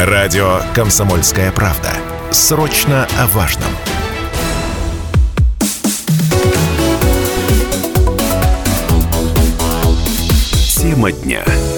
Радио «Комсомольская правда». Срочно о важном. Тема дня.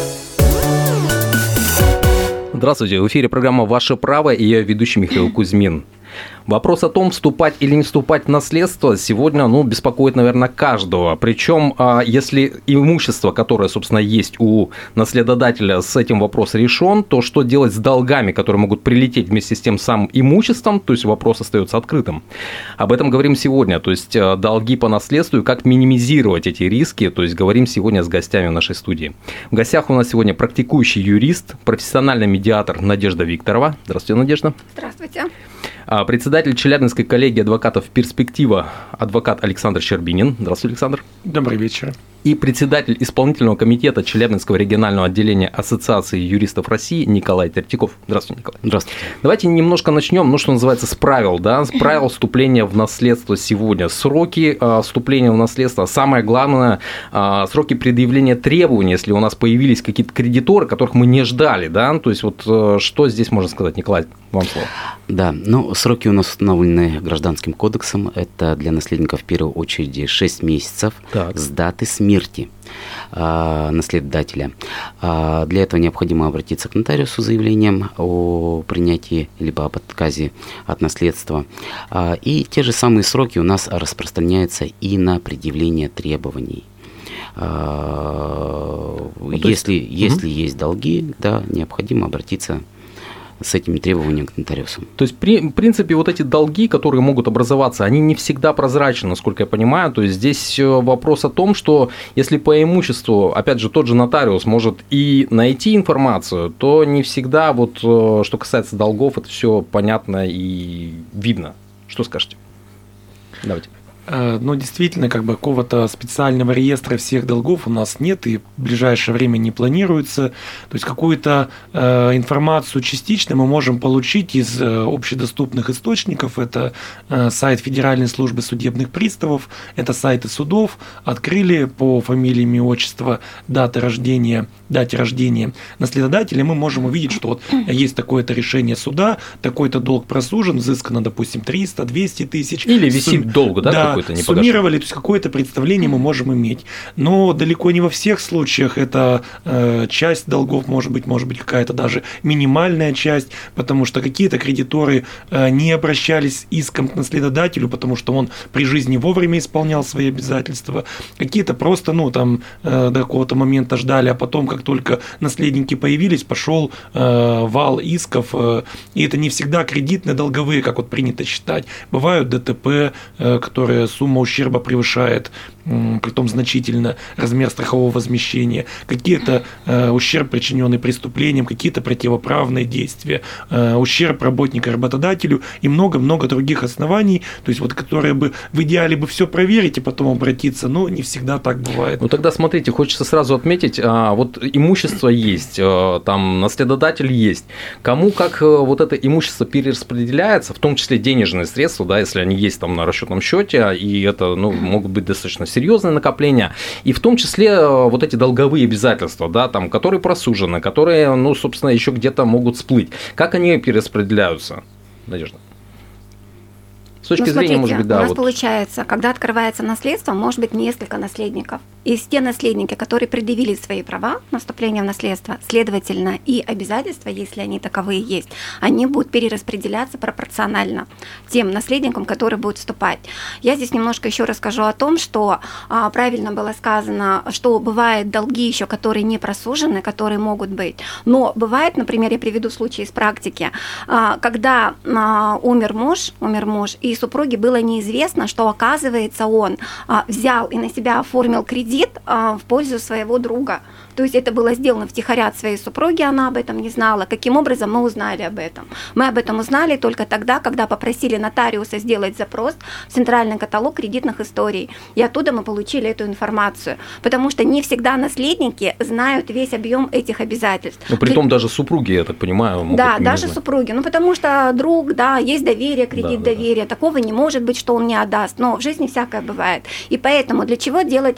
Здравствуйте, в эфире программа «Ваше право» и я ведущий Михаил Кузьмин. Вопрос о том, вступать или не вступать в наследство, сегодня беспокоит, наверное, каждого. Причем, если имущество, которое, собственно, есть у наследодателя, с этим вопрос решен, то что делать с долгами, которые могут прилететь вместе с тем самым имуществом, то есть вопрос остается открытым. Об этом говорим сегодня, то есть долги по наследству и как минимизировать эти риски, то есть говорим сегодня с гостями в нашей студии. В гостях у нас сегодня практикующий юрист, профессиональный медиатор Надежда Викторова. Здравствуйте, Надежда. Здравствуйте. Председатель Челябинской коллегии адвокатов «Перспектива», адвокат Александр Щербинин. Здравствуйте, Александр. Добрый вечер. И председатель исполнительного комитета Челябинского регионального отделения Ассоциации юристов России Николай Тертяков. Здравствуйте, Николай. Здравствуйте. Давайте немножко начнем, что называется, с правил, с правил вступления в наследство сегодня. Сроки вступления в наследство, самое главное, сроки предъявления требований, если у нас появились какие-то кредиторы, которых мы не ждали, то есть что здесь можно сказать, Николай, вам слово. Да, сроки у нас установлены Гражданским кодексом, это для наследников в первую очередь 6 месяцев с даты смерти наследодателя. Для этого необходимо обратиться к нотариусу с заявлением о принятии либо об отказе от наследства. И те же самые сроки у нас распространяются и на предъявление требований. Если есть долги, необходимо обратиться с этими требованиями к нотариусу. То есть, в принципе, эти долги, которые могут образоваться, они не всегда прозрачны, насколько я понимаю. То есть, здесь вопрос о том, что если по имуществу, опять же, тот же нотариус может и найти информацию, то не всегда, что касается долгов, это все понятно и видно. Что скажете? Давайте. Действительно, какого-то специального реестра всех долгов у нас нет и в ближайшее время не планируется. То есть какую-то информацию частично мы можем получить из общедоступных источников. Это сайт Федеральной службы судебных приставов, это сайты судов. Открыли по фамилии, имя, отчество, дате рождения наследодателя, мы можем увидеть, что есть такое-то решение суда, такой-то долг просужен, взыскано, допустим, 300-200 тысяч. Или висит долго, какой-то не суммировали, то есть какое-то представление мы можем иметь. Но далеко не во всех случаях это часть долгов, может быть какая-то даже минимальная часть, потому что какие-то кредиторы не обращались с иском к наследодателю, потому что он при жизни вовремя исполнял свои обязательства. Какие-то просто, до какого-то момента ждали, а потом, как только наследники появились, пошел вал исков. И это не всегда кредитно-долговые, как принято считать. Бывают ДТП, которые сумма ущерба превышает, притом значительно, размер страхового возмещения, какие-то ущерб, причиненный преступлением, какие-то противоправные действия, ущерб работника работодателю и много-много других оснований, то есть которые бы в идеале бы все проверить и потом обратиться, но не всегда так бывает. Тогда смотрите, хочется сразу отметить, имущество есть, там наследодатель есть, кому как это имущество перераспределяется, в том числе денежные средства, если они есть там на расчетном счете, и это могут быть достаточно серьезные накопления, и в том числе эти долговые обязательства, которые просужены, которые, собственно, еще где-то могут всплыть. Как они перераспределяются, Надежда? С точки зрения, может быть, у нас получается, когда открывается наследство, может быть несколько наследников. И те наследники, которые предъявили свои права на вступление в наследство, следовательно, и обязательства, если они таковые есть, они будут перераспределяться пропорционально тем наследникам, которые будут вступать. Я здесь немножко еще расскажу о том, что правильно было сказано, что бывают долги еще, которые не просужены, которые могут быть. Но бывает, например, я приведу случай из практики, когда умер муж, и супруге было неизвестно, что, оказывается, он взял и на себя оформил кредит в пользу своего друга. То есть это было сделано втихаря от своей супруги, она об этом не знала. Каким образом мы узнали об этом? Мы об этом узнали только тогда, когда попросили нотариуса сделать запрос в Центральный каталог кредитных историй. И оттуда мы получили эту информацию. Потому что не всегда наследники знают весь объем этих обязательств. Притом даже супруги, я так понимаю, могут не даже знать. Супруги. Потому что друг, есть доверие, кредит доверия. Такого не может быть, что он не отдаст. Но в жизни всякое бывает. И поэтому для чего делать эти запросы?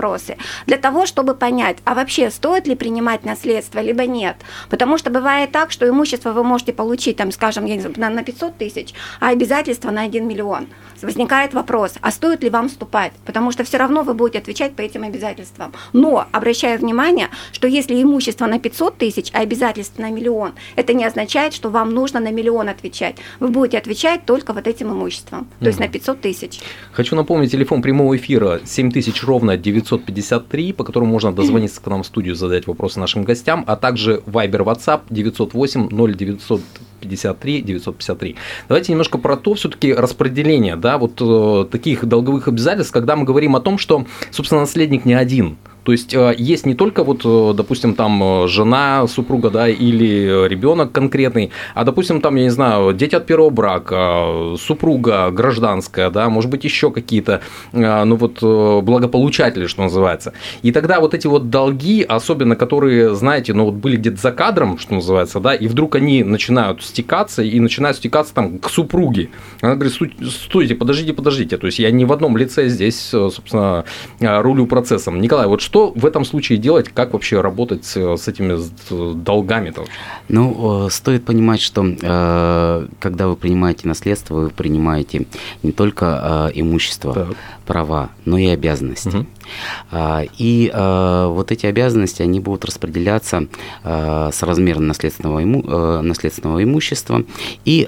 вопросы для того, чтобы понять, а вообще стоит ли принимать наследство, либо нет. Потому что бывает так, что имущество вы можете получить, там, скажем, я не знаю, на 500 тысяч, а обязательства на 1 миллион. Возникает вопрос, а стоит ли вам вступать? Потому что все равно вы будете отвечать по этим обязательствам. Но обращаю внимание, что если имущество на 500 тысяч, а обязательства на миллион, это не означает, что вам нужно на миллион отвечать. Вы будете отвечать только вот этим имуществом, то есть на 500 тысяч. Хочу напомнить, телефон прямого эфира 7000 ровно 953, по которому можно дозвониться к нам в студию, задать вопросы нашим гостям, а также Viber, WhatsApp 908 0953 953. Давайте немножко про то все-таки распределение, да, вот таких долговых обязательств, когда мы говорим о том, что, собственно, наследник не один. То есть есть не только вот, допустим, там жена, супруга, да, или ребенок конкретный, а, допустим, там, я не знаю, дети от первого брака, супруга гражданская, да, может быть, еще какие-то, ну вот, благополучатели, что называется. И тогда вот эти вот долги, особенно которые, знаете, ну вот были где-то за кадром, что называется, да, и вдруг они начинают стекаться там к супруге. Она говорит, стойте, подождите, то есть я не в одном лице здесь, собственно, рулю процессом. Николай, вот что в этом случае делать, как вообще работать с этими долгами-то? Ну, стоит понимать, что когда вы принимаете наследство, вы принимаете не только имущество, права, но и обязанности. И вот эти обязанности, они будут распределяться с размером наследственного имущества и,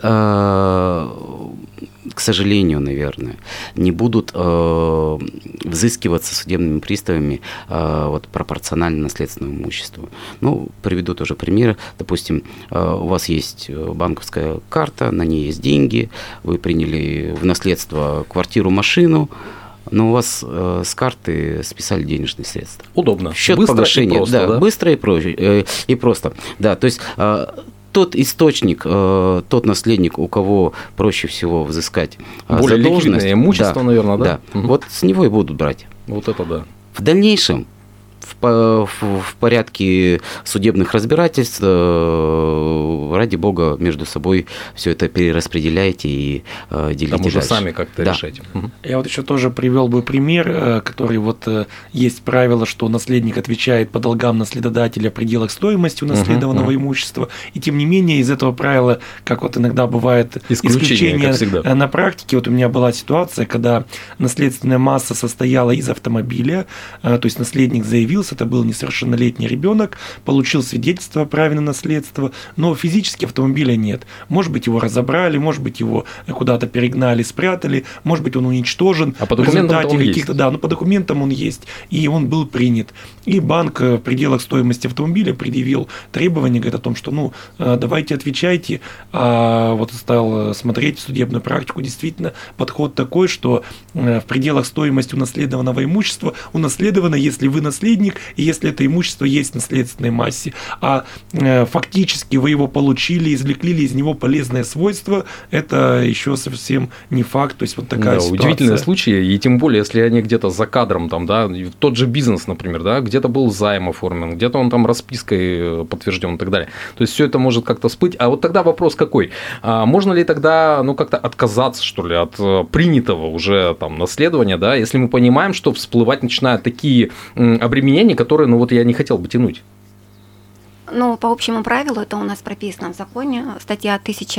к сожалению, наверное, не будут взыскиваться судебными приставами вот, пропорционально наследственному имуществу. Ну, приведу тоже пример. Допустим, у вас есть банковская карта, на ней есть деньги, вы приняли в наследство квартиру, машину, но у вас с карты списали денежные средства. Удобно. Счет быстро погашения. И просто, да? Быстро и просто. Да, то есть тот источник, тот наследник, у кого проще всего взыскать более задолженность, ликвидное имущество, наверное, да? Вот с него и будут брать. Вот это да. В дальнейшем, в порядке судебных разбирательств, ради бога, между собой все это перераспределяйте и делите там уже дальше. Сами как-то решайте. Я вот еще тоже привел бы пример, который вот есть правило, что наследник отвечает по долгам наследодателя в пределах стоимости унаследованного имущества, и тем не менее из этого правила, как вот иногда бывает исключение на практике, вот у меня была ситуация, когда наследственная масса состояла из автомобиля, то есть наследник заявился, это был несовершеннолетний ребенок, получил свидетельство о праве на наследство, но физически автомобиля нет. Может быть, его разобрали, может быть, его куда-то перегнали, спрятали, может быть, он уничтожен. А по документам он есть. Да, но по документам он есть, и он был принят. И банк в пределах стоимости автомобиля предъявил требования, говорит о том, что, ну, давайте отвечайте. А вот стал смотреть судебную практику, действительно, подход такой, что в пределах стоимости унаследованного имущества унаследовано, если вы наследник, и если это имущество есть в наследственной массе. А фактически вы его получили, извлекли из него полезное свойство, это еще совсем не факт. То есть вот такая ситуация. Удивительные случаи, и тем более, если они где-то за кадром, там, да, тот же бизнес, например, да, где-то был займ оформлен, где-то он там распиской подтвержден и так далее. То есть все это может как-то всплыть. А вот тогда вопрос какой? Можно ли тогда, ну, как-то отказаться, что ли, от принятого уже там наследования, да, если мы понимаем, что всплывать начинают такие обременения, которые, ну, вот я не хотел бы тянуть? Ну, по общему правилу, это у нас прописано в законе, статья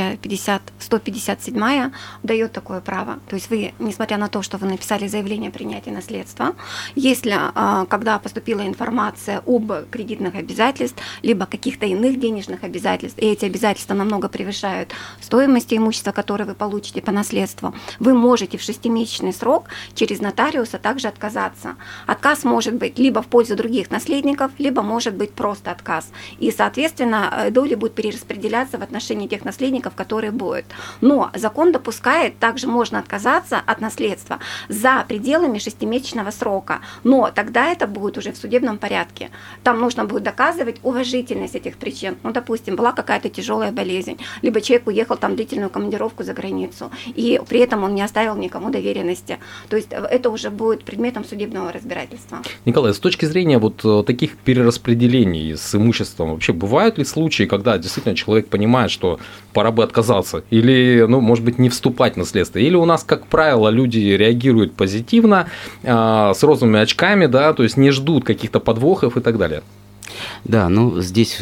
1157 дает такое право. То есть вы, несмотря на то, что вы написали заявление о принятии наследства, если, когда поступила информация об кредитных обязательствах, либо каких-то иных денежных обязательств, и эти обязательства намного превышают стоимость имущества, которое вы получите по наследству, вы можете в 6-месячный срок через нотариуса также отказаться. Отказ может быть либо в пользу других наследников, либо может быть просто отказ. И, соответственно, доли будут перераспределяться в отношении тех наследников, которые будут. Но закон допускает, также можно отказаться от наследства за пределами 6-месячного срока. Но тогда это будет уже в судебном порядке. Там нужно будет доказывать уважительность этих причин. Ну, допустим, была какая-то тяжелая болезнь, либо человек уехал там длительную командировку за границу, и при этом он не оставил никому доверенности. То есть это уже будет предметом судебного разбирательства. Николай, с точки зрения вот таких перераспределений с имуществом Вообще, бывают ли случаи, когда действительно человек понимает, что пора бы отказаться, или, может быть, не вступать в наследство, или у нас, как правило, люди реагируют позитивно, с розовыми очками, да, то есть не ждут каких-то подвохов и так далее? Да, здесь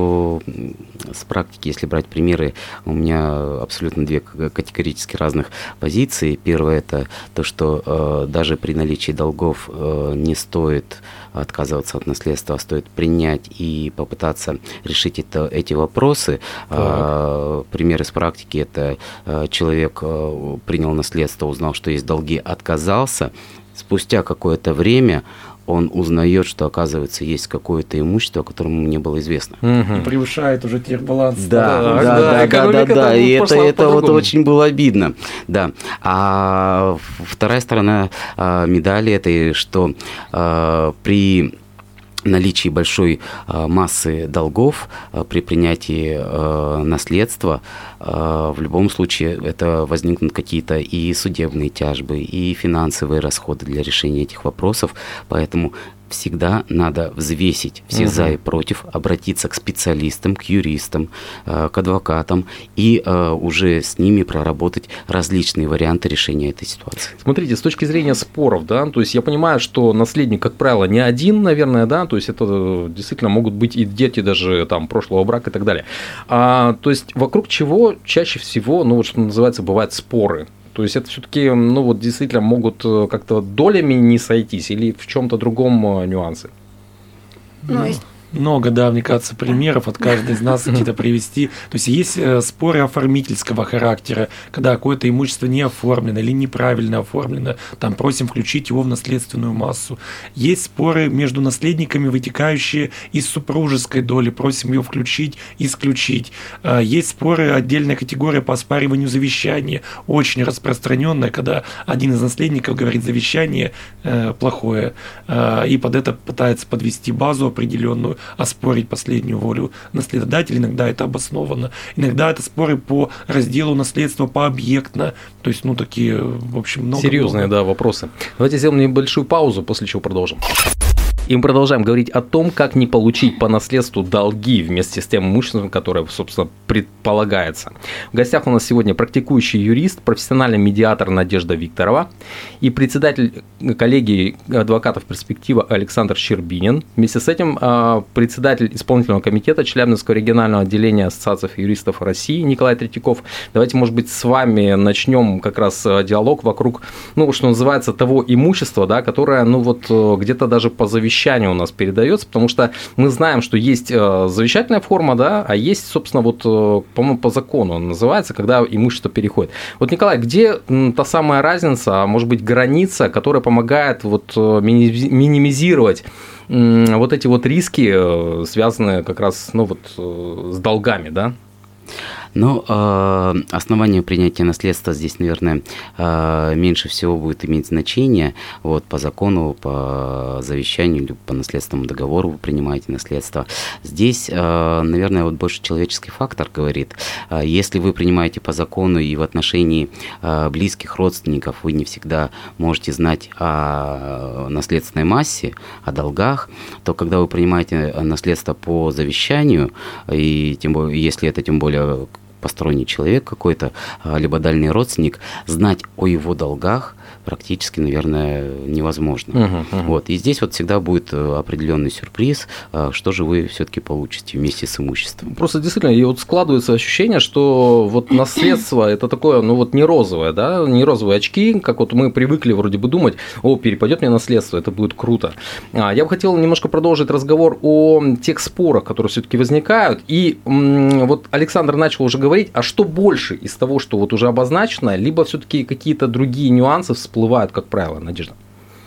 с практики, если брать примеры, у меня абсолютно две категорически разных позиции. Первое – это то, что даже при наличии долгов не стоит отказываться от наследства, а стоит принять и попытаться решить эти вопросы. Пример из практики – это человек принял наследство, узнал, что есть долги, отказался. Спустя какое-то время он узнает, что, оказывается, есть какое-то имущество, о котором ему не было известно. И превышает уже техбаланс. Да, и это вот очень было обидно. Да. А вторая сторона медали – это что при наличии большой массы долгов при принятии наследства в любом случае это возникнут какие-то и судебные тяжбы, и финансовые расходы для решения этих вопросов, поэтому всегда надо взвесить все за и против, обратиться к специалистам, к юристам, к адвокатам и уже с ними проработать различные варианты решения этой ситуации. Смотрите, с точки зрения споров, да, то есть я понимаю, что наследник, как правило, не один, наверное, да, то есть это действительно могут быть и дети даже там прошлого брака и так далее. То есть вокруг чего чаще всего, что называется, бывают споры? То есть это все-таки, действительно могут как-то долями не сойтись или в чем-то другом нюансы? Много, мне кажется, примеров от каждой из нас какие-то привести. То есть есть споры оформительского характера, когда какое-то имущество не оформлено или неправильно оформлено, там просим включить его в наследственную массу. Есть споры между наследниками, вытекающие из супружеской доли, просим ее включить, исключить. Есть споры, отдельная категория по оспариванию завещания, очень распространенная, когда один из наследников говорит, завещание плохое, и под это пытается подвести базу определенную, оспорить последнюю волю наследодателя. Иногда это обосновано. Иногда это споры по разделу наследства пообъектно. То есть, такие, в общем, много. Серьезные, вопросы. Давайте сделаем небольшую паузу, после чего продолжим. И мы продолжаем говорить о том, как не получить по наследству долги вместе с тем имуществом, которое, собственно, предполагается. В гостях у нас сегодня практикующий юрист, профессиональный медиатор Надежда Викторова и председатель коллегии адвокатов «Перспектива» Александр Щербинин. Вместе с этим председатель исполнительного комитета Челябинского регионального отделения Ассоциации юристов России Николай Третьяков. Давайте, может быть, с вами начнем как раз диалог вокруг, что называется, того имущества, да, которое, где-то даже по завещанию у нас передается, потому что мы знаем, что есть завещательная форма, да, а есть, собственно, по-моему, по закону он называется, когда имущество переходит. Николай, где та самая разница, а может быть, граница, которая помогает минимизировать эти риски, связанные как раз с долгами, да? Основание принятия наследства здесь, наверное, меньше всего будет иметь значение. По закону, по завещанию или по наследственному договору вы принимаете наследство. Здесь, наверное, больше человеческий фактор говорит. Если вы принимаете по закону и в отношении близких родственников вы не всегда можете знать о наследственной массе, о долгах, то когда вы принимаете наследство по завещанию, и тем более, если это тем более посторонний человек какой-то, либо дальний родственник, знать о его долгах практически, наверное, невозможно. И здесь всегда будет определенный сюрприз, что же вы все-таки получите вместе с имуществом. Просто действительно, и складывается ощущение, что наследство это такое, не розовое, да, не розовые очки, как мы привыкли вроде бы думать, перепадет мне наследство, это будет круто. Я бы хотел немножко продолжить разговор о тех спорах, которые все-таки возникают, и Александр начал уже говорить, а что больше из того, что уже обозначено, либо все-таки какие-то другие нюансы всплывают, как правило, Надежда?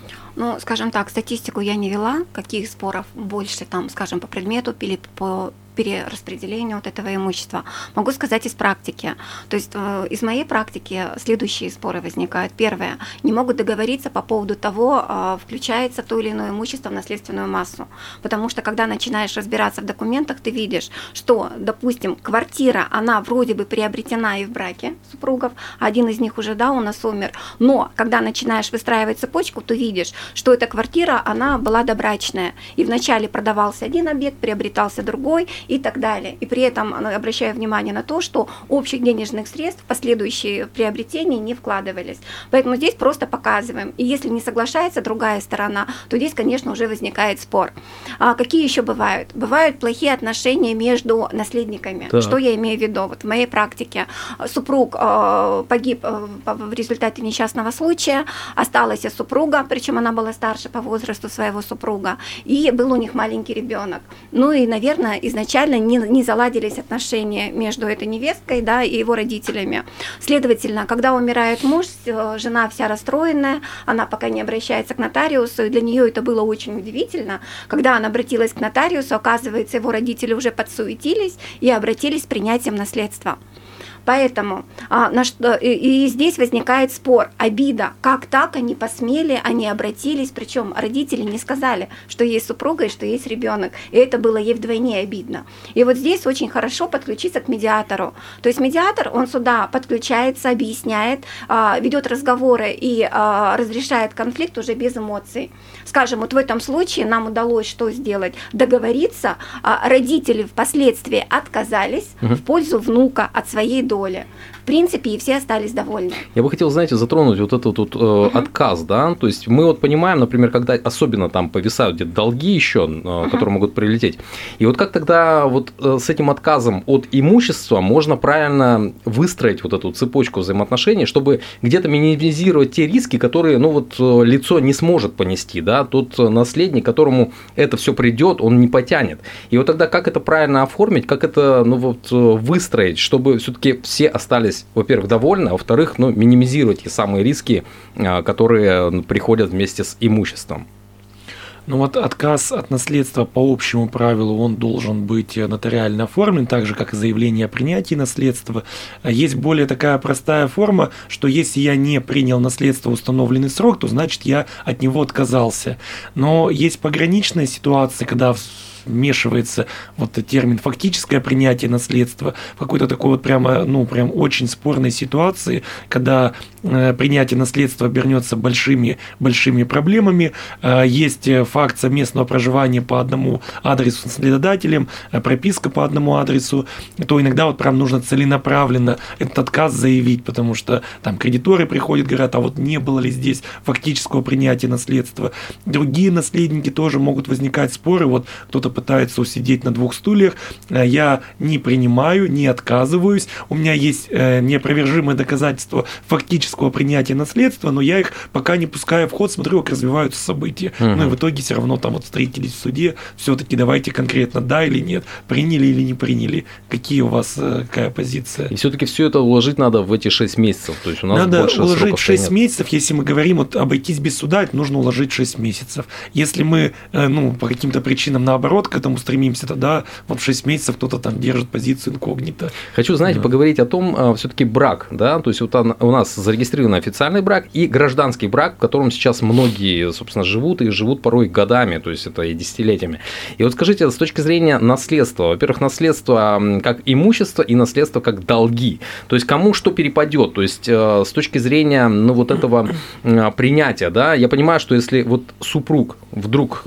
Скажем так, статистику я не вела, каких споров больше, скажем, по предмету или по перераспределению вот этого имущества. Могу сказать из практики. То есть из моей практики следующие споры возникают. Первое. Не могут договориться по поводу того, включается то или иное имущество в наследственную массу. Потому что когда начинаешь разбираться в документах, ты видишь, что, допустим, квартира, она вроде бы приобретена и в браке супругов, один из них уже, да, у нас умер, но когда начинаешь выстраивать цепочку, ты видишь, что эта квартира, она была добрачная, и вначале продавался один объект, приобретался другой и так далее. И при этом обращаю внимание на то, что общих денежных средств в последующие приобретения не вкладывались. Поэтому здесь просто показываем. И если не соглашается другая сторона, то здесь, конечно, уже возникает спор. Какие еще бывают? Бывают плохие отношения между наследниками. Так. Что я имею в виду? Вот в моей практике супруг погиб в результате несчастного случая, осталась супруга, причем она была старше по возрасту своего супруга, и был у них маленький ребенок. Ну и, наверное, изначально не заладились отношения между этой невесткой, да, и его родителями. Следовательно, когда умирает муж, жена вся расстроенная, она пока не обращается к нотариусу, и для нее это было очень удивительно. Когда она обратилась к нотариусу, оказывается, его родители уже подсуетились и обратились с принятием наследства. Поэтому и здесь возникает спор, обида, как так они посмели, они обратились, причем родители не сказали, что есть супруга и что есть ребенок, и это было ей вдвойне обидно. И вот здесь очень хорошо подключиться к медиатору. То есть медиатор, он сюда подключается, объясняет, ведет разговоры и разрешает конфликт уже без эмоций. Скажем, вот в этом случае нам удалось что сделать? Договориться, родители впоследствии отказались в пользу внука от своей доли. В принципе, и все остались довольны. Я бы хотел, знаете, затронуть вот этот отказ, да, то есть мы вот понимаем, например, когда особенно там повисают где-то долги еще, которые могут прилететь, и вот как тогда вот с этим отказом от имущества можно правильно выстроить вот эту цепочку взаимоотношений, чтобы где-то минимизировать те риски, которые, ну вот, лицо не сможет понести, да, тот наследник, которому это все придет, он не потянет. И вот тогда как это правильно оформить, как это, ну вот, выстроить, чтобы все-таки все остались, во-первых, довольны, а во-вторых, ну, минимизировать те самые риски, которые приходят вместе с имуществом. Ну вот отказ от наследства по общему правилу, он должен быть нотариально оформлен, так же, как и заявление о принятии наследства. Есть более такая простая форма, что если я не принял наследство в установленный срок, то значит я от него отказался. Но есть пограничные ситуации, когда вмешивается вот термин фактическое принятие наследства в какой-то такой вот прямо, ну, прям очень спорной ситуации, когда принятие наследства обернется большими проблемами. Есть факт совместного проживания по одному адресу с наследодателем, прописка по одному адресу, то иногда вот прям нужно целенаправленно этот отказ заявить, потому что там кредиторы приходят, говорят, а вот не было ли здесь фактического принятия наследства. Другие наследники тоже могут возникать споры, вот кто-то пытается усидеть на двух стульях, я не принимаю, не отказываюсь, у меня есть неопровержимое доказательство фактического принятия наследства, но я их пока не пускаю в ход, смотрю, как развиваются события. Ну и в итоге все равно там вот встретились в суде, все-таки давайте конкретно да или нет, приняли или не приняли, какие у вас какая позиция. И все-таки все это уложить надо в эти 6 месяцев, то есть у нас надо больше уложить сроков 6 нет. месяцев, если мы говорим вот обойтись без суда, это нужно уложить 6 месяцев. Если мы, ну, по каким-то причинам наоборот к этому стремимся, тогда вот в 6 месяцев кто-то там держит позицию инкогнито. Хочу, знаете, поговорить о том, все-таки брак, да, то есть вот у нас зарегистрирован официальный брак и гражданский брак, в котором сейчас многие, собственно, живут и живут порой годами, то есть это и десятилетиями. И вот скажите, с точки зрения наследства, во-первых, наследство как имущество и наследство как долги, то есть кому что перепадет, то есть с точки зрения, ну, вот этого принятия, да, я понимаю, что если вот супруг вдруг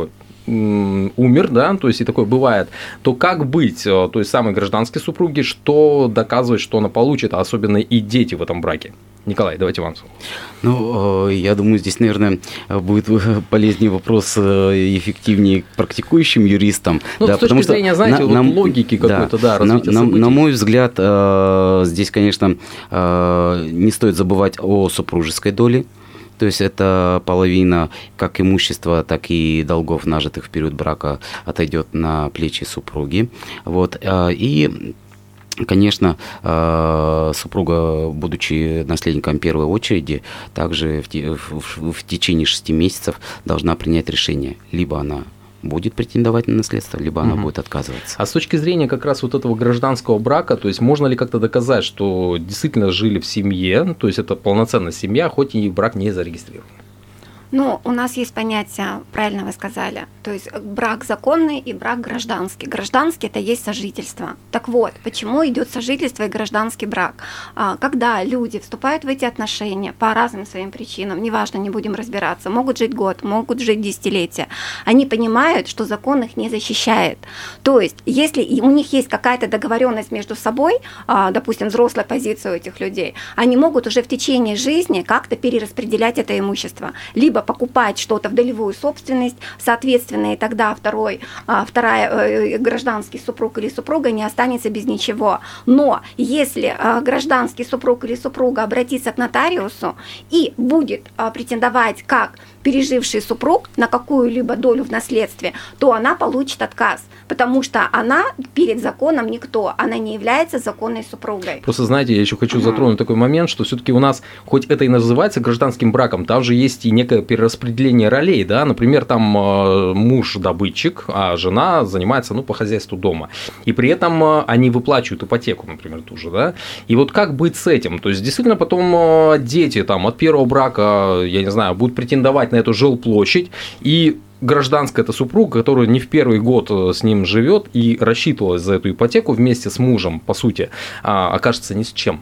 умер, да, то есть и такое бывает, то как быть той самой гражданской супруге, что доказывать, что она получит, а особенно и дети в этом браке? Николай, давайте вам слово. Ну, я думаю, здесь, наверное, будет полезнее вопрос эффективнее к практикующим юристам. Ну, да, с точки зрения, знаете, логики какой-то, да, развития событий. На мой взгляд, здесь, конечно, не стоит забывать о супружеской доле. То есть это половина как имущества, так и долгов, нажитых в период брака, отойдет на плечи супруги. Вот. И, конечно, супруга, будучи наследником первой очереди, также в течение 6 месяцев должна принять решение. Либо она будет претендовать на наследство, либо она будет отказываться. А с точки зрения как раз вот этого гражданского брака, то есть можно ли как-то доказать, что действительно жили в семье, то есть это полноценная семья, хоть и брак не зарегистрирован? Ну, у нас есть понятие, правильно вы сказали, то есть брак законный и брак гражданский. Гражданский – это есть сожительство. Так вот, почему идет сожительство и гражданский брак? Когда люди вступают в эти отношения по разным своим причинам, неважно, не будем разбираться, могут жить год, могут жить десятилетия, они понимают, что закон их не защищает. То есть, если у них есть какая-то договоренность между собой, допустим, взрослая позиция у этих людей, они могут уже в течение жизни как-то перераспределять это имущество, либо покупать что-то в долевую собственность, соответственно, и тогда вторая гражданский супруг или супруга не останется без ничего. Но если гражданский супруг или супруга обратится к нотариусу и будет претендовать как переживший супруг на какую-либо долю в наследстве, то она получит отказ, потому что она перед законом никто, она не является законной супругой. Просто, знаете, я еще хочу затронуть такой момент, что все-таки у нас, хоть это и называется гражданским браком, там же есть и некое перераспределение ролей, да, например, там муж добытчик, а жена занимается, по хозяйству дома, и при этом они выплачивают ипотеку, например, ту же, да, и вот как быть с этим? То есть, действительно, потом дети там от первого брака, я не знаю, будут претендовать на эту жилплощадь, и гражданская это супруга, которая не в первый год с ним живет и рассчитывалась за эту ипотеку вместе с мужем, по сути, окажется ни с чем.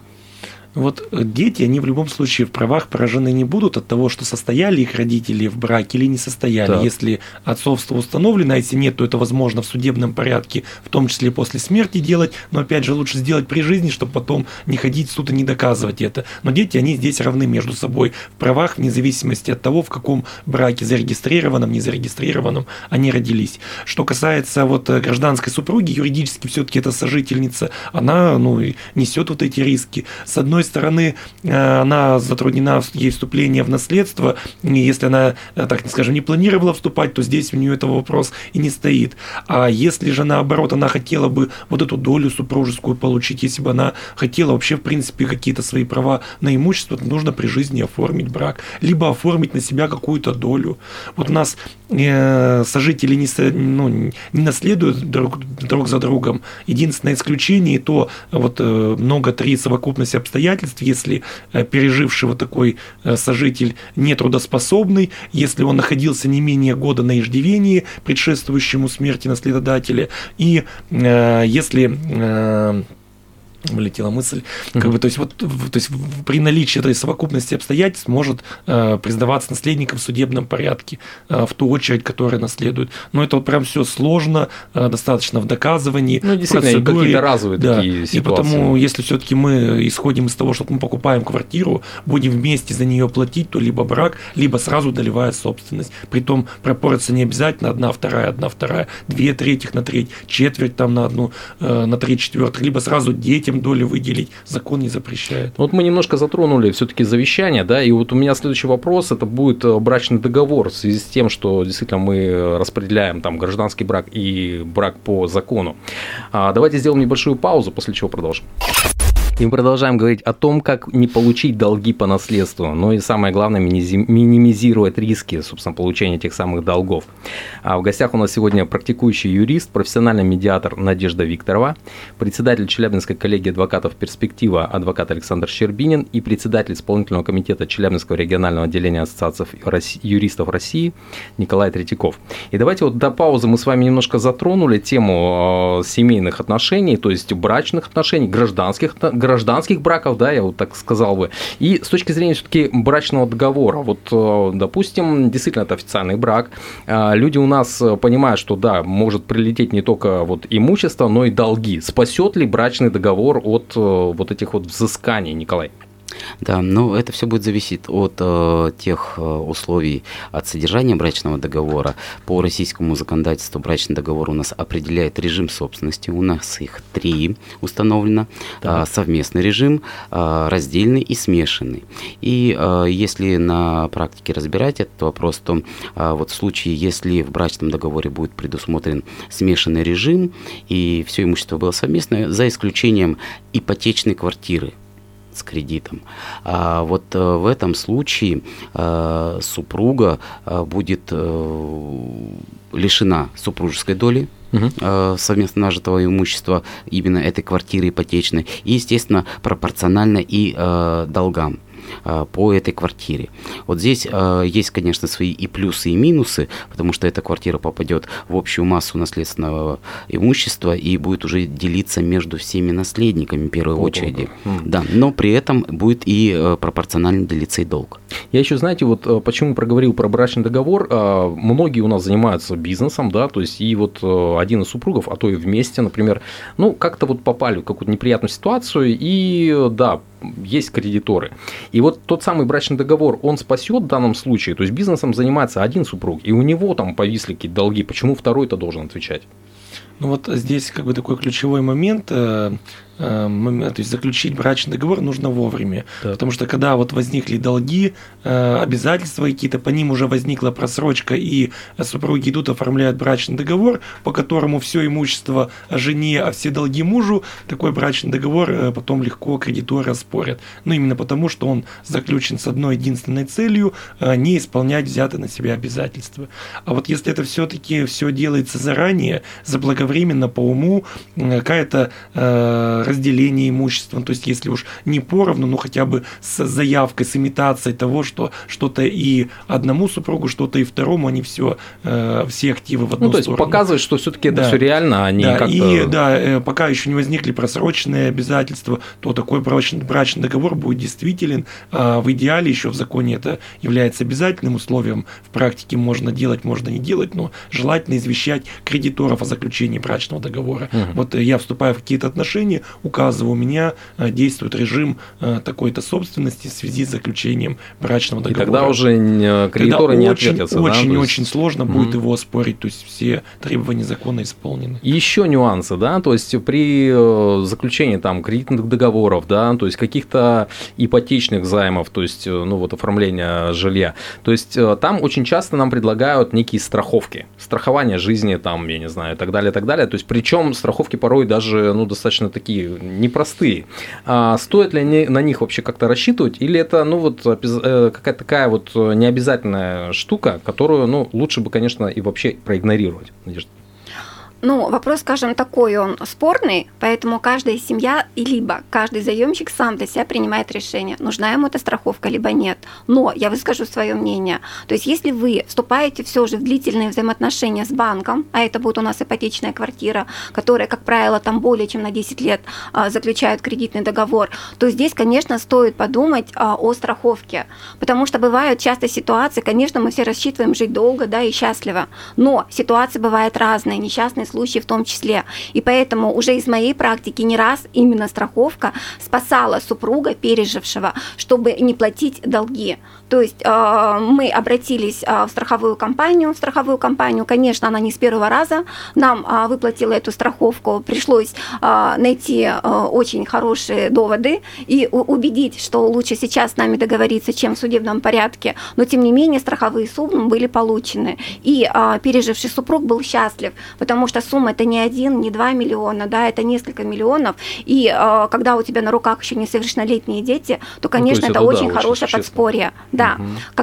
Вот дети, они в любом случае в правах поражены не будут от того, что состояли их родители в браке или не состояли. Так. Если отцовство установлено, а если нет, то это возможно в судебном порядке, в том числе после смерти делать, но опять же лучше сделать при жизни, чтобы потом не ходить в суд и не доказывать это. Но дети, они здесь равны между собой в правах, вне зависимости от того, в каком браке, зарегистрированном, не зарегистрированном, они родились. Что касается вот гражданской супруги, юридически все-таки это сожительница, она несет вот эти риски. С одной стороны, она затруднена ей вступление в наследство, и если она, так скажем, не планировала вступать, то здесь у нее этого вопрос и не стоит. А если же наоборот, она хотела бы вот эту долю супружескую получить, если бы она хотела вообще, в принципе, какие-то свои права на имущество, то нужно при жизни оформить брак, либо оформить на себя какую-то долю. Вот у нас сожители не наследуют друг за другом. Единственное исключение, и то вот много три совокупности обстоятельств, если переживший вот такой сожитель нетрудоспособный, если он находился не менее года на иждивении, предшествующему смерти наследодателя, и если... Вылетела мысль. То есть при наличии этой совокупности обстоятельств может признаваться наследником в судебном порядке в ту очередь, которая наследует. Но это вот прям все сложно, достаточно в доказывании, в процедуре. Какие-то разовые такие ситуации. И потому, если все-таки мы исходим из того, что мы покупаем квартиру, будем вместе за нее платить, то либо брак, либо сразу долевая собственность. Притом пропорция не обязательно 1/2, 2/3 на треть, четверть там на 3/4, либо сразу детям долю выделить, закон не запрещает. Вот мы немножко затронули все-таки завещание, да, и вот у меня следующий вопрос, это будет брачный договор в связи с тем, что действительно мы распределяем там гражданский брак и брак по закону. Давайте сделаем небольшую паузу, после чего продолжим. И мы продолжаем говорить о том, как не получить долги по наследству, но и самое главное, минимизировать риски, собственно, получения тех самых долгов. В гостях у нас сегодня практикующий юрист, профессиональный медиатор Надежда Викторова, председатель Челябинской коллегии адвокатов «Перспектива» адвокат Александр Щербинин и председатель исполнительного комитета Челябинского регионального отделения Ассоциации юристов России Николай Третьяков. И давайте вот до паузы мы с вами немножко затронули тему семейных отношений, то есть брачных отношений, гражданских браков, да, я вот так сказал бы. И с точки зрения все-таки брачного договора, вот, допустим, действительно это официальный брак, люди у нас понимают, что да, может прилететь не только вот имущество, но и долги. Спасет ли брачный договор от вот этих вот взысканий, Николай? Да, но это все будет зависеть от тех условий, от содержания брачного договора. По российскому законодательству брачный договор у нас определяет режим собственности. У нас их 3 установлено. Да. Совместный режим, раздельный и смешанный. И если на практике разбирать этот вопрос, то вот в случае, если в брачном договоре будет предусмотрен смешанный режим и все имущество было совместное, за исключением ипотечной квартиры. с кредитом. А вот в этом случае супруга будет лишена супружеской доли совместно нажитого имущества именно этой квартиры ипотечной и, естественно, пропорционально и долгам по этой квартире. Вот здесь есть, конечно, свои и плюсы, и минусы, потому что эта квартира попадет в общую массу наследственного имущества и будет уже делиться между всеми наследниками в первой очереди. Да, но при этом будет и пропорционально делиться и долг. Я еще, знаете, вот почему проговорил про брачный договор. Многие у нас занимаются бизнесом, да, то есть и вот один из супругов, а то и вместе, например, ну, как-то вот попали в какую-то неприятную ситуацию, и да, есть кредиторы. И вот тот самый брачный договор, он спасет в данном случае, то есть бизнесом занимается один супруг, и у него там повисли какие-то долги, почему второй-то должен отвечать? Ну вот здесь как бы такой ключевой момент, то есть заключить брачный договор нужно вовремя, потому что когда вот возникли долги, обязательства какие-то, по ним уже возникла просрочка, и супруги идут, оформляют брачный договор, по которому все имущество жене, а все долги мужу, такой брачный договор потом легко кредиторы оспорят. Ну именно потому, что он заключен с одной единственной целью не исполнять взятые на себя обязательства. А вот если это все-таки все делается заранее, заблаговременно, по уму, какая-то разделение имущества, то есть если уж не поровну, но хотя бы с заявкой, с имитацией того, что что-то и одному супругу, что-то и второму, они все активы в одну сторону. Ну, то есть показывает, что все-таки это все реально, а не как-то... И пока еще не возникли просроченные обязательства, то такой брачный договор будет действителен. В идеале еще в законе это является обязательным условием, в практике можно делать, можно не делать, но желательно извещать кредиторов о заключении брачного договора. Вот я вступаю в какие-то отношения, указываю, у меня действует режим такой-то собственности в связи с заключением брачного договора. И тогда уже кредиторы не ответятся. Очень сложно будет его оспорить, то есть все требования закона исполнены. И еще нюансы, да, то есть при заключении там кредитных договоров, да, то есть каких-то ипотечных займов, то есть, ну вот оформления жилья, то есть там очень часто нам предлагают некие страховки, страхование жизни, там, я не знаю, и так далее, то есть причем страховки порой даже, ну, достаточно такие непростые. Стоит ли на них вообще как-то рассчитывать, или это, ну, вот какая-то такая вот необязательная штука, которую, ну, лучше бы, конечно, и вообще проигнорировать, Надежда? Ну, вопрос, скажем, такой, он спорный, поэтому каждая семья, либо каждый заемщик сам для себя принимает решение, нужна ему эта страховка, либо нет. Но я выскажу свое мнение. То есть, если вы вступаете все же в длительные взаимоотношения с банком, а это будет у нас ипотечная квартира, которая, как правило, там более чем на 10 лет заключают кредитный договор, то здесь, конечно, стоит подумать о страховке. Потому что бывают часто ситуации, конечно, мы все рассчитываем жить долго, да, и счастливо, но ситуации бывают разные, несчастные случаи в том числе. И поэтому уже из моей практики не раз именно страховка спасала супруга, пережившего, чтобы не платить долги. То есть мы обратились в страховую компанию. Конечно, она не с первого раза нам выплатила эту страховку. Пришлось найти очень хорошие доводы и убедить, что лучше сейчас с нами договориться, чем в судебном порядке. Но, тем не менее, страховые суммы были получены. И переживший супруг был счастлив, потому что сумма это не 1, не 2 миллиона, да, это несколько миллионов. И когда у тебя на руках еще несовершеннолетние дети, то, конечно, это очень хорошее подспорье. Да.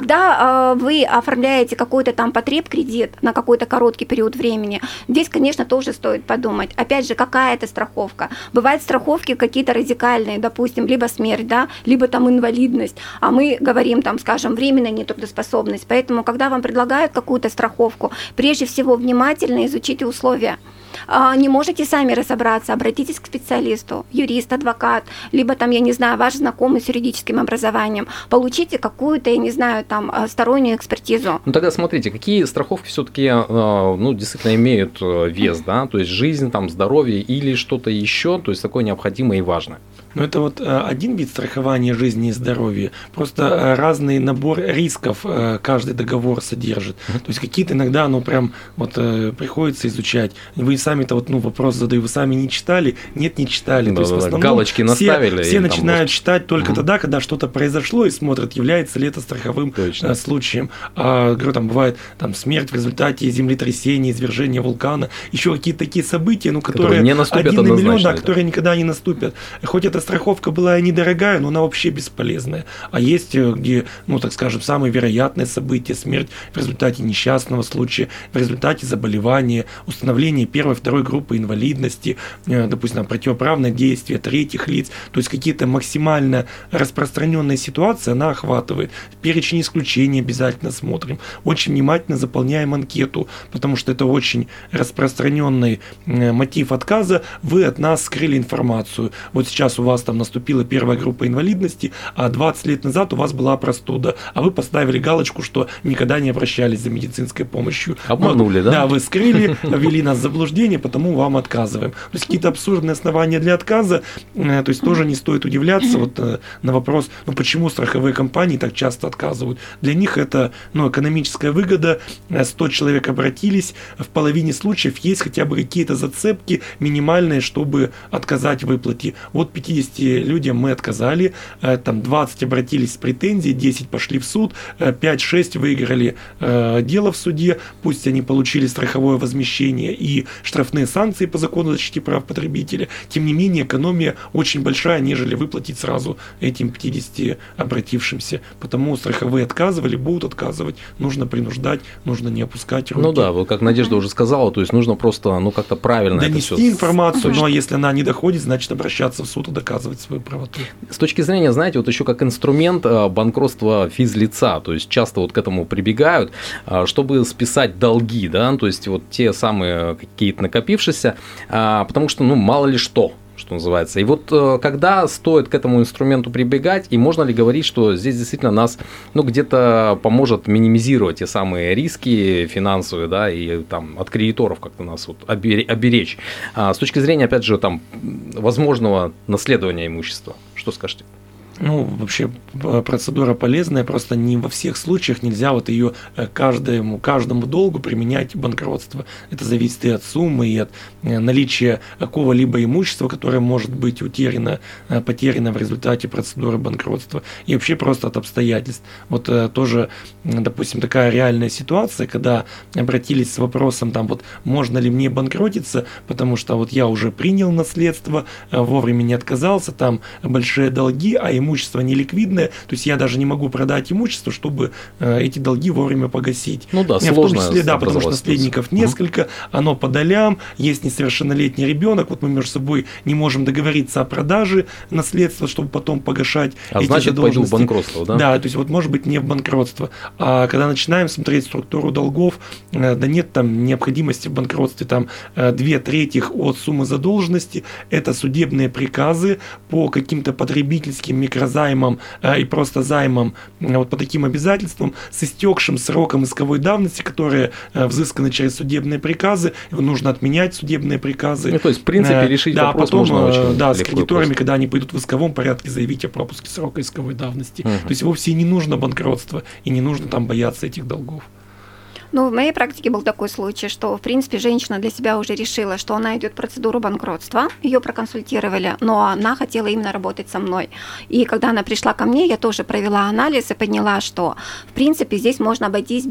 Когда вы оформляете какой-то там потреб-кредит на какой-то короткий период времени, здесь, конечно, тоже стоит подумать. Опять же, какая это страховка? Бывают страховки какие-то радикальные, допустим, либо смерть, да, либо там инвалидность, а мы говорим там, скажем, временная нетрудоспособность. Поэтому, когда вам предлагают какую-то страховку, прежде всего внимательно изучите условия. Не можете сами разобраться, обратитесь к специалисту, юрист, адвокат, либо там, я не знаю, ваш знакомый с юридическим образованием, получите какую-то, я не знаю, там, стороннюю экспертизу. Ну тогда смотрите, какие страховки все-таки, ну, действительно имеют вес, да, то есть жизнь, там, здоровье или что-то еще, то есть такое необходимое и важное. Ну, это вот один вид страхования жизни и здоровья, просто разный набор рисков каждый договор содержит. То есть какие-то иногда, ну, прям вот приходится изучать. Вы сами сами-то вот, вопрос задаю, вы сами не читали? Нет, не читали. То есть в основном галочки наставили. Все начинают читать только тогда, когда что-то произошло, и смотрят, является ли это страховым случаем. Говорю, там бывает смерть в результате землетрясения, извержения вулкана, еще какие-то такие события, которые не наступят 1 на миллион, которые никогда не наступят. Хоть эта страховка была и недорогая, но она вообще бесполезная. А есть, где, так скажем, самые вероятные события, смерть в результате несчастного случая, в результате заболевания, установление первой, второй группы инвалидности, допустим, противоправное действие третьих лиц, то есть какие-то максимально распространенные ситуации она охватывает. Перечень исключений обязательно смотрим. Очень внимательно заполняем анкету, потому что это очень распространенный мотив отказа. Вы от нас скрыли информацию. Вот сейчас у вас там наступила первая группа инвалидности, а 20 лет назад у вас была простуда, а вы поставили галочку, что никогда не обращались за медицинской помощью. Обманули, да? Да, вы скрыли, ввели нас в заблуждение, потому вам отказываем. То есть какие-то абсурдные основания для отказа, то есть тоже не стоит удивляться на вопрос, почему страховые компании так часто отказывают. Для них это экономическая выгода, 100 человек обратились, в половине случаев есть хотя бы какие-то зацепки минимальные, чтобы отказать в выплате. Вот 50 людям мы отказали, 20 обратились с претензией, 10 пошли в суд, 5-6 выиграли дело в суде, пусть они получили страховое возмещение и штрафные санкции по закону о защите прав потребителя, тем не менее экономия очень большая, нежели выплатить сразу этим 50 обратившимся. Потому страховые отказывали, будут отказывать, нужно принуждать, нужно не опускать руки. Вот как Надежда уже сказала, то есть нужно просто как-то правильно донести это все информацию, а если она не доходит, значит обращаться в суд и доказывать свою правоту. С точки зрения, знаете, еще как инструмент банкротства физлица, то есть часто к этому прибегают, чтобы списать долги, да, то есть те самые какие-то накопившиеся, потому что, мало ли что называется. И когда стоит к этому инструменту прибегать, и можно ли говорить, что здесь действительно нас где-то поможет минимизировать те самые риски финансовые, да, и от кредиторов как-то нас оберечь. С точки зрения, опять же, возможного наследования имущества. Что скажете? Вообще процедура полезная, просто не во всех случаях нельзя ее каждому долгу применять банкротство. Это зависит и от суммы, и от наличия какого-либо имущества, которое может быть потеряно в результате процедуры банкротства, и вообще просто от обстоятельств. Тоже, допустим, такая реальная ситуация, когда обратились с вопросом, можно ли мне банкротиться, потому что я уже принял наследство, вовремя не отказался, там большие долги, а имущество неликвидное, то есть я даже не могу продать имущество, чтобы эти долги вовремя погасить. Сложно. В том числе, потому что наследников несколько, оно по долям, есть несовершеннолетний ребенок, мы между собой не можем договориться о продаже наследства, чтобы потом погашать эти значит, задолженности. Пойду в банкротство, да? Да, то есть может быть не в банкротство. А когда начинаем смотреть структуру долгов, нет необходимости в банкротстве, 2/3 от суммы задолженности это судебные приказы по каким-то потребительским микрозаймам и просто займам по таким обязательствам с истекшим сроком исковой давности, которые взысканы через судебные приказы, нужно отменять судебные приказы. То есть, в принципе, решить вопрос можно очень легко. С кредиторами, когда они пойдут в исковом порядке, заявить о пропуске срока исковой давности. То есть вовсе не нужно банкротство и не нужно бояться этих долгов. В моей практике был такой случай, что, в принципе, женщина для себя уже решила, что она идет в процедуру банкротства, ее проконсультировали, но она хотела именно работать со мной. И когда она пришла ко мне, я тоже провела анализ и поняла, что, в принципе, здесь можно обойтись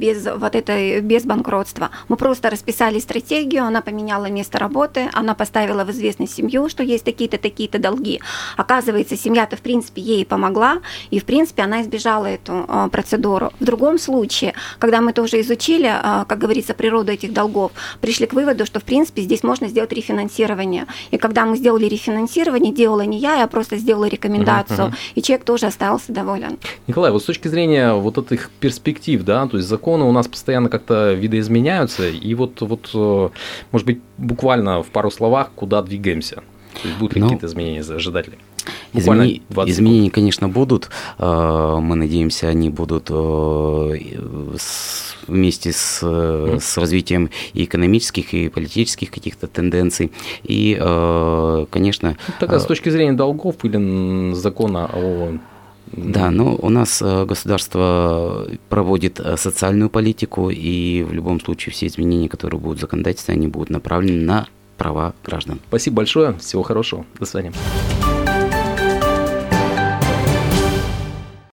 без банкротства. Мы просто расписали стратегию, она поменяла место работы, она поставила в известность семью, что есть такие-то, такие-то долги. Оказывается, семья-то, в принципе, ей помогла, и, в принципе, она избежала эту процедуру. В другом случае, когда мы тоже изучили, как говорится, природу этих долгов, пришли к выводу, что, в принципе, здесь можно сделать рефинансирование. И когда мы сделали рефинансирование, делала не я просто сделала рекомендацию, и человек тоже остался доволен. Николай, с точки зрения этих перспектив, да, то есть законы у нас постоянно как-то видоизменяются, и может быть, буквально в пару словах, куда двигаемся? То есть будут ли какие-то изменения ожидать ли? Изменения, конечно, будут. Мы надеемся, они будут вместе с развитием и экономических, и политических каких-то тенденций. И, конечно... Тогда с точки зрения долгов или закона о... Да, у нас государство проводит социальную политику, и в любом случае все изменения, которые будут в законодательстве, они будут направлены на права граждан. Спасибо большое. Всего хорошего. До свидания.